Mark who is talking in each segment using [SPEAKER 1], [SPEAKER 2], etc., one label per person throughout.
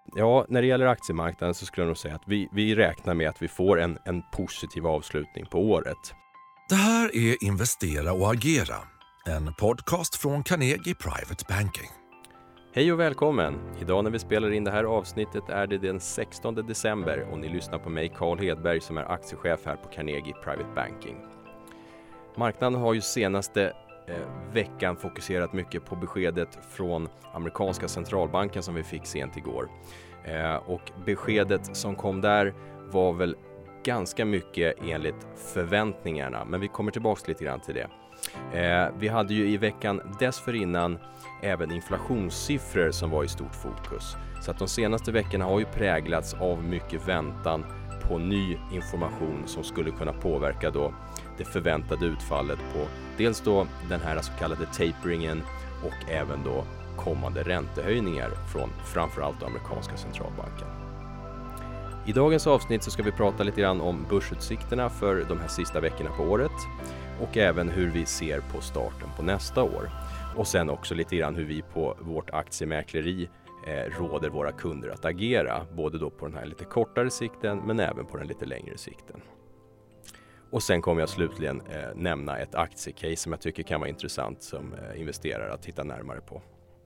[SPEAKER 1] Ja, när det gäller aktiemarknaden så skulle jag nog säga att vi räknar med att vi får en positiv avslutning på året.
[SPEAKER 2] Det här är Investera och agera, en podcast från Carnegie Private Banking.
[SPEAKER 1] Hej och välkommen! Idag när vi spelar in det här avsnittet är det den 16 december och ni lyssnar på mig, Carl Hedberg, som är aktiechef här på Carnegie Private Banking. Marknaden har ju senaste veckan fokuserat mycket på beskedet från amerikanska centralbanken som vi fick sent igår. Och beskedet som kom där var väl ganska mycket enligt förväntningarna, men vi kommer tillbaka lite grann till det. Vi hade ju i veckan dessförinnan även inflationssiffror som var i stort fokus. Så att de senaste veckorna har ju präglats av mycket väntan på ny information som skulle kunna påverka då det förväntade utfallet på dels då den här så kallade taperingen och även då kommande räntehöjningar från framförallt amerikanska centralbanken. I dagens avsnitt så ska vi prata lite grann om börsutsikterna för de här sista veckorna på året och även hur vi ser på starten på nästa år. Och sen också lite grann hur vi på vårt aktiemäkleri råder våra kunder att agera, både då på den här lite kortare sikten men även på den lite längre sikten. Och sen kommer jag slutligen nämna ett aktiecase som jag tycker kan vara intressant som investerare att titta närmare på.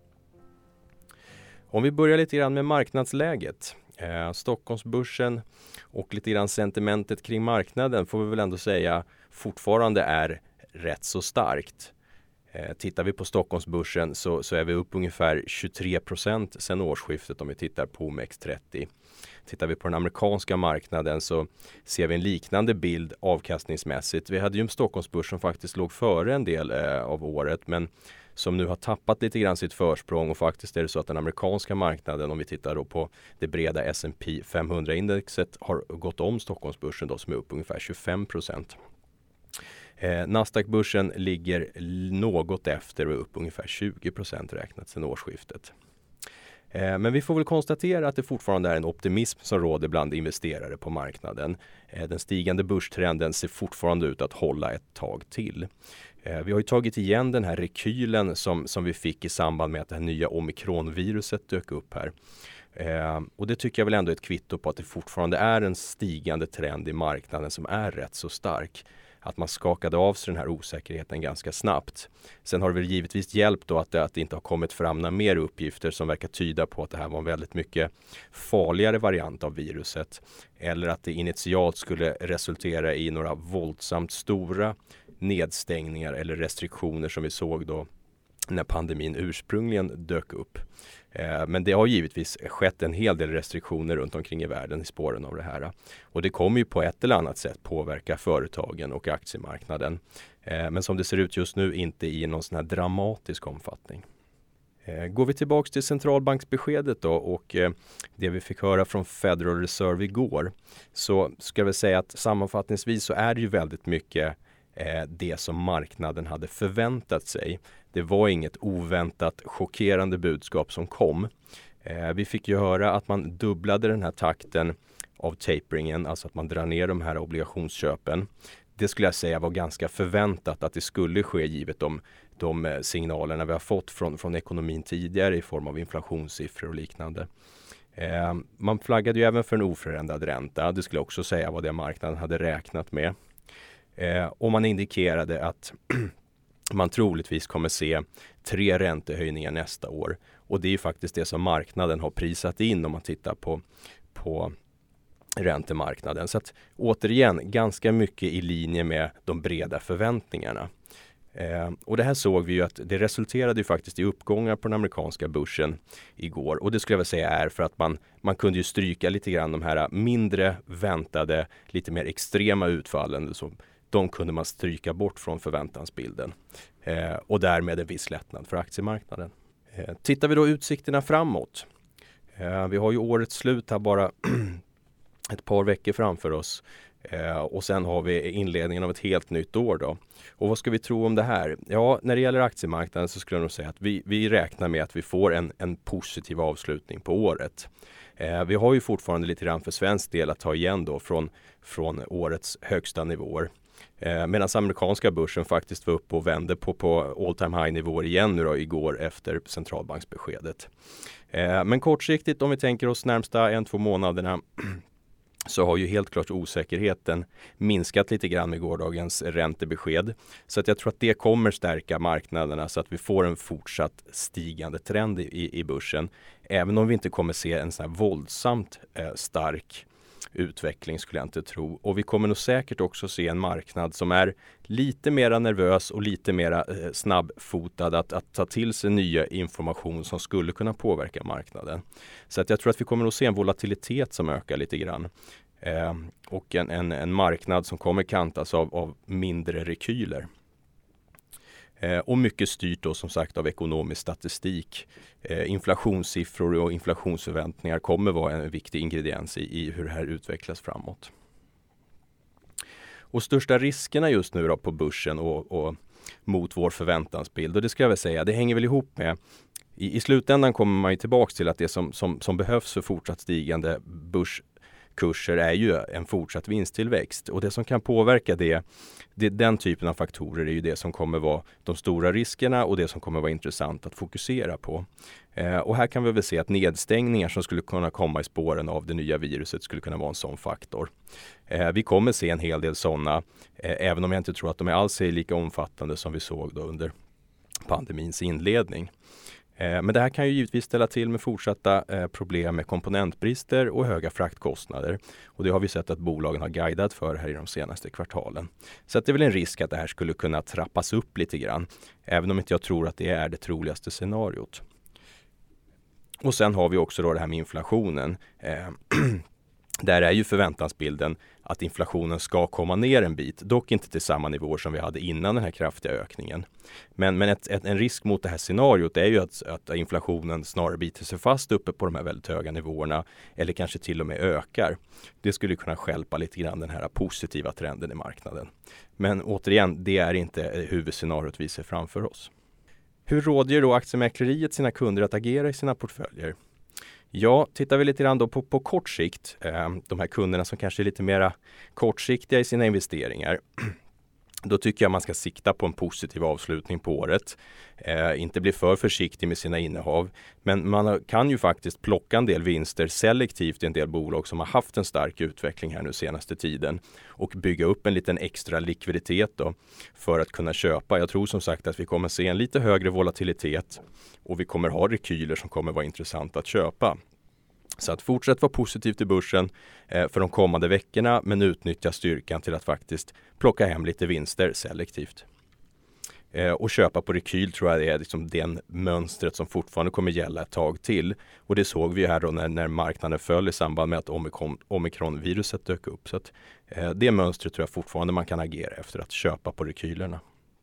[SPEAKER 1] Om vi börjar lite grann med marknadsläget. Stockholmsbörsen och lite grann sentimentet kring marknaden får vi väl ändå säga fortfarande är rätt så starkt. Tittar vi på Stockholmsbörsen så är vi upp ungefär 23% sedan årsskiftet om vi tittar på OMX30. Tittar vi på den amerikanska marknaden så ser vi en liknande bild avkastningsmässigt. Vi hade ju en Stockholmsbörs som faktiskt låg före en del av året, men som nu har tappat lite grann sitt försprång, och faktiskt är det så att den amerikanska marknaden, om vi tittar då på det breda S&P 500-indexet, har gått om Stockholmsbörsen då, som är upp ungefär 25%. Nasdaq-börsen ligger något efter och upp ungefär 20% räknat sedan årsskiftet. Men vi får väl konstatera att det fortfarande är en optimism som råder bland investerare på marknaden. Den stigande börstrenden ser fortfarande ut att hålla ett tag till. Vi har ju tagit igen den här rekylen som vi fick i samband med att det här nya omikronviruset dök upp här. Och det tycker jag väl ändå är ett kvitto på att det fortfarande är en stigande trend i marknaden som är rätt så stark. Att man skakade av sig den här osäkerheten ganska snabbt. Sen har det väl givetvis hjälpt då att det inte har kommit fram några mer uppgifter som verkar tyda på att det här var en väldigt mycket farligare variant av viruset. Eller att det initialt skulle resultera i några våldsamt stora nedstängningar eller restriktioner som vi såg då när pandemin ursprungligen dök upp. Men det har givetvis skett en hel del restriktioner runt omkring i världen i spåren av det här. Och det kommer ju på ett eller annat sätt påverka företagen och aktiemarknaden. Men som det ser ut just nu inte i någon sån här dramatisk omfattning. Går vi tillbaka till centralbanksbeskedet då och det vi fick höra från Federal Reserve igår, så ska vi säga att sammanfattningsvis så är det ju väldigt mycket det som marknaden hade förväntat sig. Det var inget oväntat chockerande budskap som kom. Vi fick ju höra att man dubblade den här takten av taperingen, alltså att man drar ner de här obligationsköpen. Det skulle jag säga var ganska förväntat att det skulle ske givet de signalerna vi har fått från ekonomin tidigare i form av inflationssiffror och liknande. Man flaggade ju även för en oförändrad ränta. Det skulle jag också säga var det marknaden hade räknat med. Och man indikerade att man troligtvis kommer se 3 räntehöjningar nästa år. Och det är ju faktiskt det som marknaden har prisat in om man tittar på räntemarknaden. Så att återigen ganska mycket i linje med de breda förväntningarna. Och det här såg vi ju att det resulterade ju faktiskt i uppgångar på den amerikanska börsen igår. Och det skulle jag väl säga är för att man kunde ju stryka lite grann de här mindre väntade, lite mer extrema utfallen. Så de kunde man stryka bort från förväntansbilden. Och därmed en viss lättnad för aktiemarknaden. Tittar vi då utsikterna framåt. Vi har ju årets slut här bara ett par veckor framför oss. Och sen har vi inledningen av ett helt nytt år då. Och vad ska vi tro om det här? Ja, när det gäller aktiemarknaden så skulle jag nog säga att vi räknar med att vi får en positiv avslutning på året. Vi har ju fortfarande lite grann för svensk del att ta igen då från årets högsta nivåer. Medan amerikanska börsen faktiskt var uppe och vände på all time high nivåer igen nu då igår efter centralbanksbeskedet. Men kortsiktigt, om vi tänker oss närmsta 1-2 månaderna, så har ju helt klart osäkerheten minskat lite grann med gårdagens räntebesked. Så att jag tror att det kommer stärka marknaderna så att vi får en fortsatt stigande trend i börsen. Även om vi inte kommer se en sån här våldsamt stark utveckling, skulle jag inte tro. Och vi kommer nog säkert också se en marknad som är lite mer nervös och lite mer snabbfotad att ta till sig nya information som skulle kunna påverka marknaden. Så att jag tror att vi kommer att se en volatilitet som ökar lite grann. Och en marknad som kommer kantas av mindre rekyler. Och mycket styrt då som sagt av ekonomisk statistik. Inflationssiffror och inflationsförväntningar kommer vara en viktig ingrediens i hur det här utvecklas framåt. Och största riskerna just nu då på börsen och mot vår förväntansbild, och det ska jag väl säga, det hänger väl ihop med i slutändan kommer man ju tillbaka till att det som behövs för fortsatt stigande börskurser är ju en fortsatt vinsttillväxt. Och det som kan påverka den typen av faktorer är ju det som kommer vara de stora riskerna och det som kommer vara intressant att fokusera på. Och här kan vi väl se att nedstängningar som skulle kunna komma i spåren av det nya viruset skulle kunna vara en sån faktor. Vi kommer se en hel del sådana, även om jag inte tror att de alls är lika omfattande som vi såg då under pandemins inledning. Men det här kan ju givetvis ställa till med fortsatta problem med komponentbrister och höga fraktkostnader. Och det har vi sett att bolagen har guidat för här i de senaste kvartalen. Så att det är väl en risk att det här skulle kunna trappas upp lite grann. Även om inte jag tror att det är det troligaste scenariot. Och sen har vi också då det här med inflationen. Där är ju förväntansbilden att inflationen ska komma ner en bit, dock inte till samma nivåer som vi hade innan den här kraftiga ökningen. Men en risk mot det här scenariot är ju att inflationen snarare biter sig fast uppe på de här väldigt höga nivåerna eller kanske till och med ökar. Det skulle kunna stjälpa lite grann den här positiva trenden i marknaden. Men återigen, det är inte huvudscenariot vi ser framför oss. Hur råder då aktiemäkleriet sina kunder att agera i sina portföljer? Ja, tittar vi lite grann då på kort sikt, de här kunderna som kanske är lite mera kortsiktiga i sina investeringar, då tycker jag man ska sikta på en positiv avslutning på året. Inte bli för försiktig med sina innehav, men man kan ju faktiskt plocka en del vinster selektivt i en del bolag som har haft en stark utveckling här nu senaste tiden och bygga upp en liten extra likviditet då för att kunna köpa. Jag tror som sagt att vi kommer se en lite högre volatilitet och vi kommer ha rekyler som kommer vara intressant att köpa. Så att fortsätt vara positivt i börsen för de kommande veckorna, men utnyttja styrkan till att faktiskt plocka hem lite vinster selektivt. Och köpa på rekyl tror jag är liksom den mönstret som fortfarande kommer gälla ett tag till. Och det såg vi här då när marknaden föll i samband med att omikronviruset dök upp. Så att det mönstret tror jag fortfarande man kan agera efter, att köpa på rekylerna.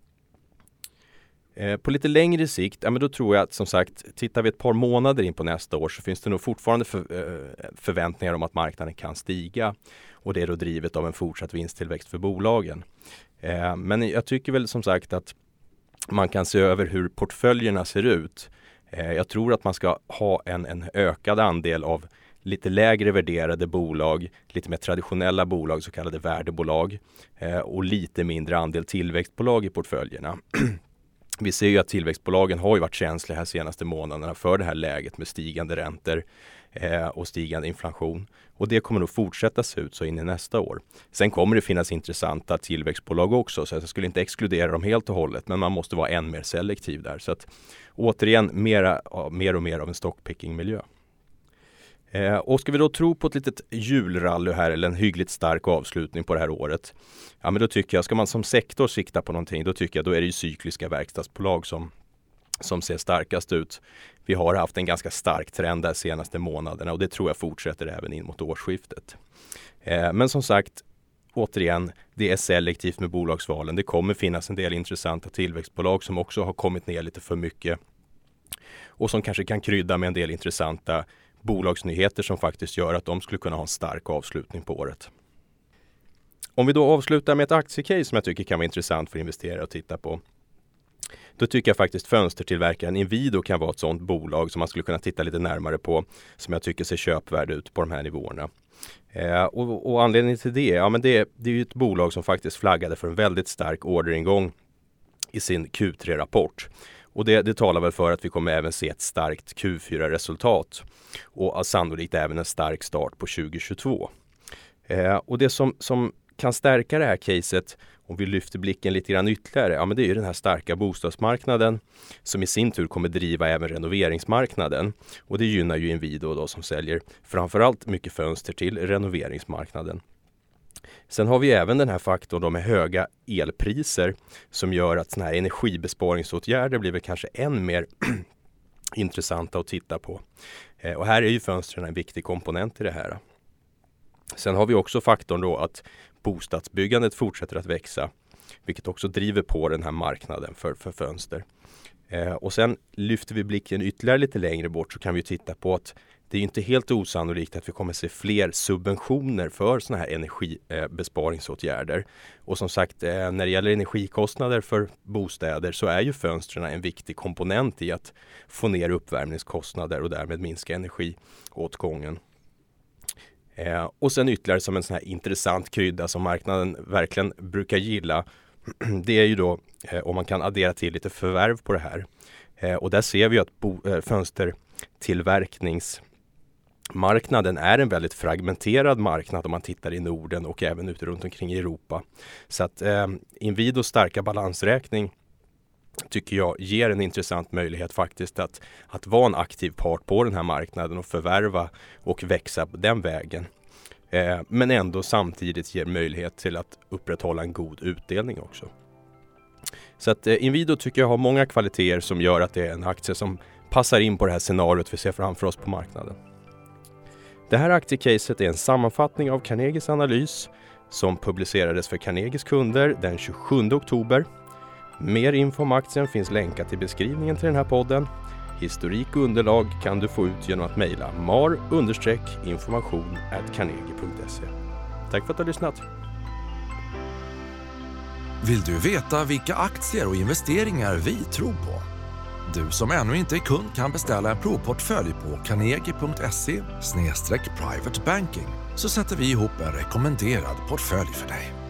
[SPEAKER 1] På lite längre sikt, ja, men då tror jag att som sagt, tittar vi ett par månader in på nästa år så finns det nog fortfarande förväntningar om att marknaden kan stiga. Och det är då drivet av en fortsatt vinsttillväxt för bolagen. Men jag tycker väl som sagt att man kan se över hur portföljerna ser ut. Jag tror att man ska ha en ökad andel av lite lägre värderade bolag, lite mer traditionella bolag, så kallade värdebolag, och lite mindre andel tillväxtbolag i portföljerna. Vi ser ju att tillväxtbolagen har ju varit känsliga här senaste månaderna för det här läget med stigande räntor och stigande inflation. Och det kommer nog fortsätta se ut så in i nästa år. Sen kommer det finnas intressanta tillväxtbolag också, så jag skulle inte exkludera dem helt och hållet, men man måste vara än mer selektiv där. Så att återigen mer och mer av en stockpicking-miljö. Och ska vi då tro på ett litet julrally här eller en hyggligt stark avslutning på det här året, ja men då tycker jag, ska man som sektor sikta på någonting, då tycker jag då är det ju cykliska verkstadsbolag som ser starkast ut. Vi har haft en ganska stark trend de senaste månaderna och det tror jag fortsätter även in mot årsskiftet. Men som sagt, återigen, det är selektivt med bolagsvalen. Det kommer finnas en del intressanta tillväxtbolag som också har kommit ner lite för mycket och som kanske kan krydda med en del intressanta bolagsnyheter som faktiskt gör att de skulle kunna ha en stark avslutning på året. Om vi då avslutar med ett aktiecase som jag tycker kan vara intressant för investerare att titta på, då tycker jag faktiskt fönstertillverkaren Inwido kan vara ett sådant bolag som man skulle kunna titta lite närmare på, som jag tycker ser köpvärd ut på de här nivåerna. Och anledningen till det, ja men det är ju ett bolag som faktiskt flaggade för en väldigt stark orderingång i sin Q3-rapport. Och det talar väl för att vi kommer även se ett starkt Q4-resultat och sannolikt även en stark start på 2022. Och det som kan stärka det här caset, om vi lyfter blicken lite grann ytterligare, men det är ju den här starka bostadsmarknaden som i sin tur kommer driva även renoveringsmarknaden. Och det gynnar ju Inwido då, som säljer framförallt mycket fönster till renoveringsmarknaden. Sen har vi även den här faktorn då med höga elpriser som gör att såna här energibesparingsåtgärder blir väl kanske än mer intressanta att titta på. Och här är ju fönstren en viktig komponent i det här. Sen har vi också faktorn då att bostadsbyggandet fortsätter att växa, vilket också driver på den här marknaden för fönster. Och sen lyfter vi blicken ytterligare lite längre bort, så kan vi titta på att det är inte helt osannolikt att vi kommer se fler subventioner för såna här energibesparingsåtgärder. Och som sagt, när det gäller energikostnader för bostäder så är ju fönstren en viktig komponent i att få ner uppvärmningskostnader och därmed minska energiåtgången. Och sen ytterligare som en sån här intressant krydda som marknaden verkligen brukar gilla, det är ju då om man kan addera till lite förvärv på det här. Och där ser vi att fönstertillverkningsmarknaden är en väldigt fragmenterad marknad om man tittar i Norden och även ute runt omkring i Europa. Så att Inwidos starka balansräkning tycker jag ger en intressant möjlighet faktiskt att vara en aktiv part på den här marknaden och förvärva och växa på den vägen. Men ändå samtidigt ger möjlighet till att upprätthålla en god utdelning också. Så att Inwido tycker jag har många kvaliteter som gör att det är en aktie som passar in på det här scenariot vi ser framför oss på marknaden. Det här aktiecaset är en sammanfattning av Carnegies analys som publicerades för Carnegies kunder den 27 oktober. Mer info om aktien finns länkat i beskrivningen till den här podden. Historik och underlag kan du få ut genom att mejla mar-information@carnegie.se. Tack för att du har lyssnat.
[SPEAKER 2] Vill du veta vilka aktier och investeringar vi tror på? Du som ännu inte är kund kan beställa en provportfölj på carnegie.se/privatebanking, så sätter vi ihop en rekommenderad portfölj för dig.